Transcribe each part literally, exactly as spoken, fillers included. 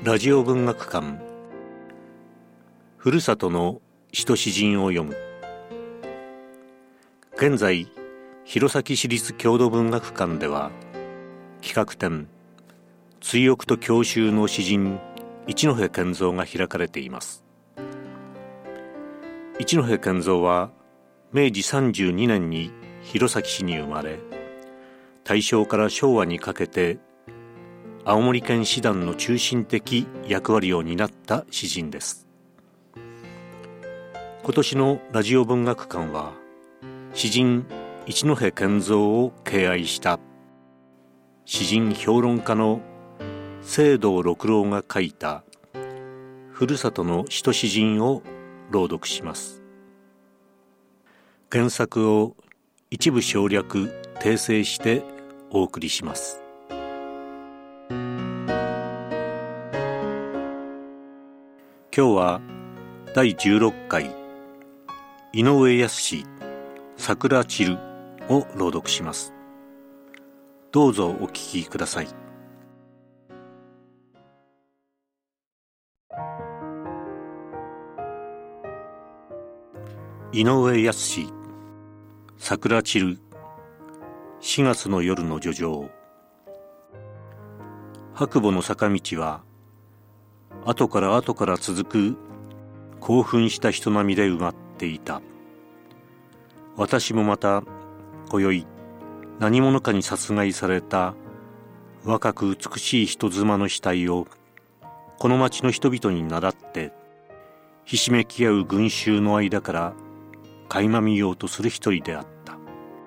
ラジオ文学館、ふるさとの詩と詩人を読む。現在、弘前市立郷土文学館では企画展追憶と郷愁の詩人一戸建三が開かれています。一戸建三はめいじさんじゅうにねんに弘前市に生まれ、大正から昭和にかけて青森県詩壇の中心的役割を担った詩人です。今年のラジオ文学館は詩人一戸建三を敬愛した詩人評論家の清道六郎が書いたふるさとの詩と詩人を朗読します。原作を一部省略訂正してお送りします。今日はだいじゅうろっかい井上靖桜散るを朗読します。どうぞお聞きください。井上靖桜散る。しがつの夜の叙情。白母の坂道は後から後から続く興奮した人並みで埋まっていた。私もまた今宵何者かに殺害された若く美しい人妻の死体をこの町の人々に倣ってひしめき合う群衆の間から垣間見ようとする一人であった。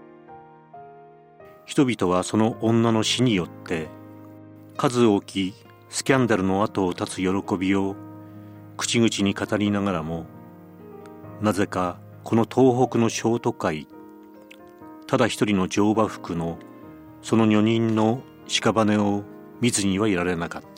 人々はその女の死によって数多きスキャンダルの後を絶つ喜びを口々に語りながらも、なぜかこの東北の小都会、ただ一人の乗馬服のその女人の屍を見ずにはいられなかった。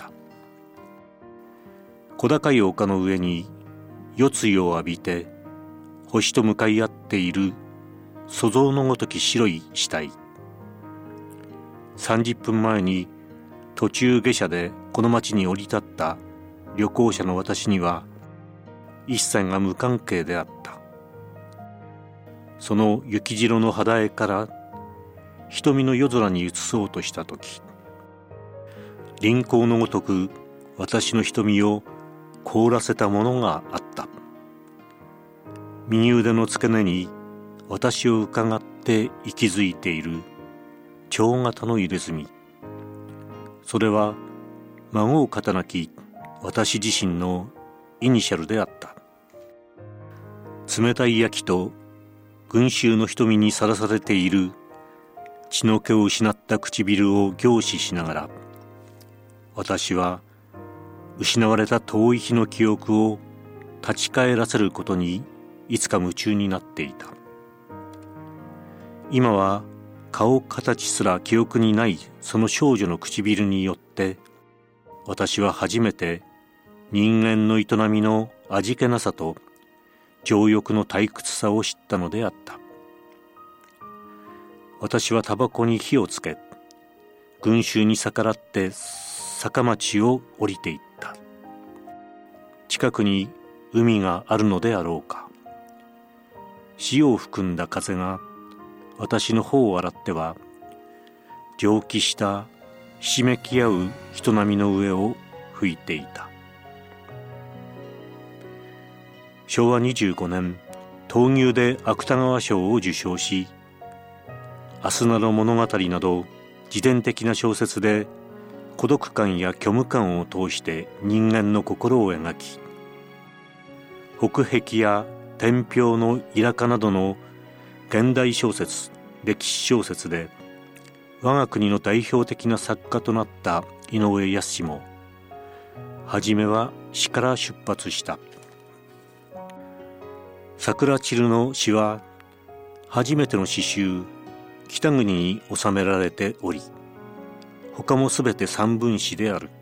小高い丘の上に夜露を浴びて星と向かい合っている粗像のごとき白い死体。さんじゅっぷんまえに途中下車でこの町に降り立った旅行者の私には一切が無関係であった。その雪白の肌絵から瞳の夜空に移そうとしたとき、輪光のごとく私の瞳を凍らせたものがあった。右腕の付け根に私を伺って息づいている蝶型の入れ墨。それは孫を肩なき私自身のイニシャルであった。冷たい焼きと群衆の瞳にさらされている血の気を失った唇を凝視しながら、私は失われた遠い日の記憶を立ち返らせることにいつか夢中になっていた。今は顔形すら記憶にないその少女の唇によって私は初めて人間の営みの味気なさと情欲の退屈さを知ったのであった。私はタバコに火をつけ群衆に逆らって坂町を降りていった。近くに海があるのであろうか。潮を含んだ風が私の方を洗っては蒸気したひしめき合う人波の上を吹いていた。しょうわにじゅうごねん、闘牛で芥川賞を受賞し、明日など物語など自伝的な小説で孤独感や虚無感を通して人間の心を描き、北壁や天平のイラカなどの現代小説、歴史小説で我が国の代表的な作家となった井上靖も、はじめは詩から出発した。桜散るの詩は初めての詩集北国に収められており、他もすべて三分詩である。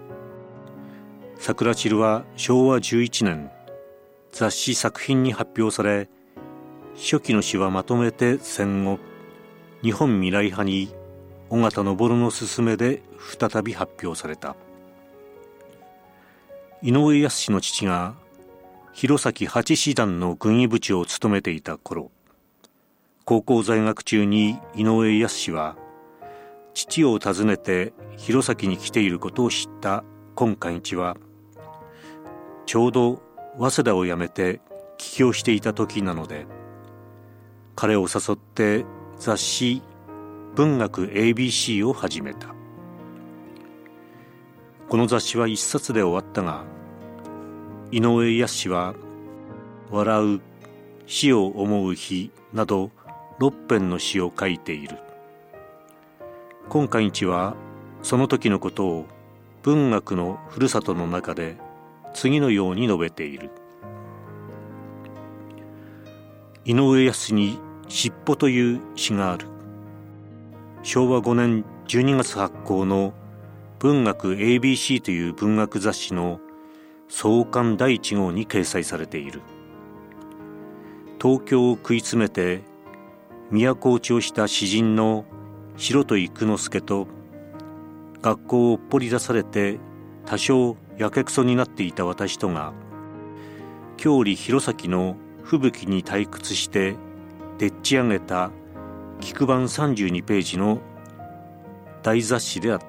桜散るはしょうわじゅういちねん雑誌作品に発表され、初期の詩はまとめて戦後日本未来派に緒方昇の勧めで再び発表された。 井上康の父が弘前八師団の軍医部長を務めていた頃、高校在学中に井上康は父を訪ねて弘前に来ていることを知った今寛一は、ちょうど早稲田を辞めて帰郷していた時なので、彼を誘って雑誌文学 エービーシー を始めた。この雑誌は一冊で終わったが、井上康は笑う、死を思う日などろっぺんの詩を書いている。今寛一はその時のことを文学のふるさとの中で次のように述べている。井上康にしっぽという詩がある。しょうわごねんじゅうにがつ発行の文学 エービーシー という文学雑誌の創刊だいいち号に掲載されている。東京を食い詰めて都落ちをした詩人の白戸幾之助と、学校をおっぽり出されて多少やけくそになっていた私とが、郷里弘前の吹雪に退屈してでっち上げた菊版さんじゅうにページの大雑誌であった。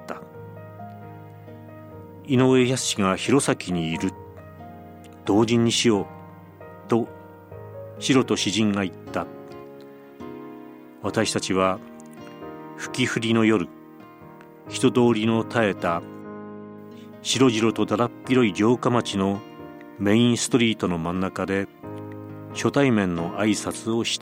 井上康が弘前にいる、同人にしようと白と詩人が言った。私たちは吹き降りの夜、人通りの絶えた白々とだらっ広い城下町のメインストリートの真ん中で初対面の挨拶をした。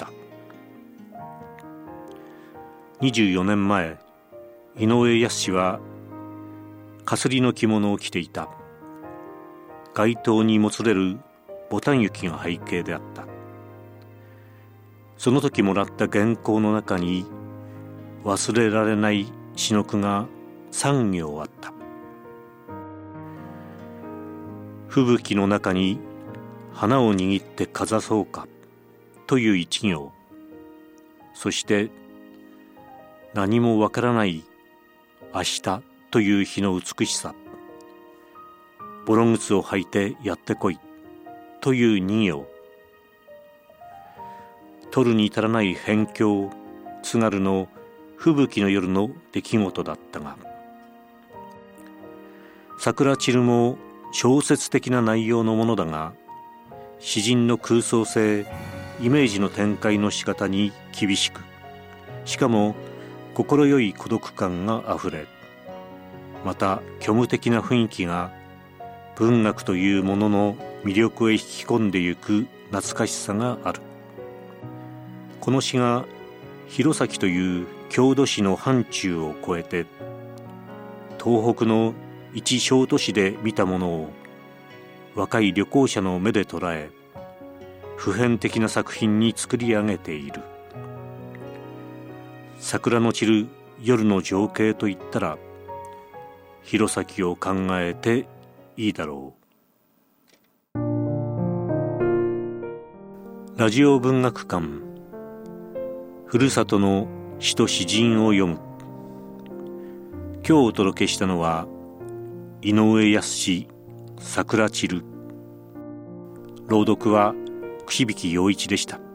にじゅうよねんまえ、井上康はかすりの着物を着ていた。街灯にもつれるボタン雪が背景であった。その時もらった原稿の中に忘れられない詩の句がさん行あった。吹雪の中に花を握ってかざそうかという一行、そして何もわからない明日という日の美しさ、ボロ靴を履いてやってこいという二行、取るに足らない辺境津軽の吹雪の夜の出来事だったが、桜散るも小説的な内容のものだが、詩人の空想性、イメージの展開の仕方に厳しく、しかも心よい孤独感があふれ、また虚無的な雰囲気が文学というものの魅力へ引き込んでゆく懐かしさがある。この詩が弘前という郷土史の範疇を超えて、東北の一小都市で見たものを若い旅行者の目で捉え、普遍的な作品に作り上げている。桜の散る夜の情景といったら、弘前を考えていいだろう。ラジオ文学館、ふるさとの詩と詩人を読む。今日お届けしたのは井上康詩、桜散る。朗読は櫛引陽一でした。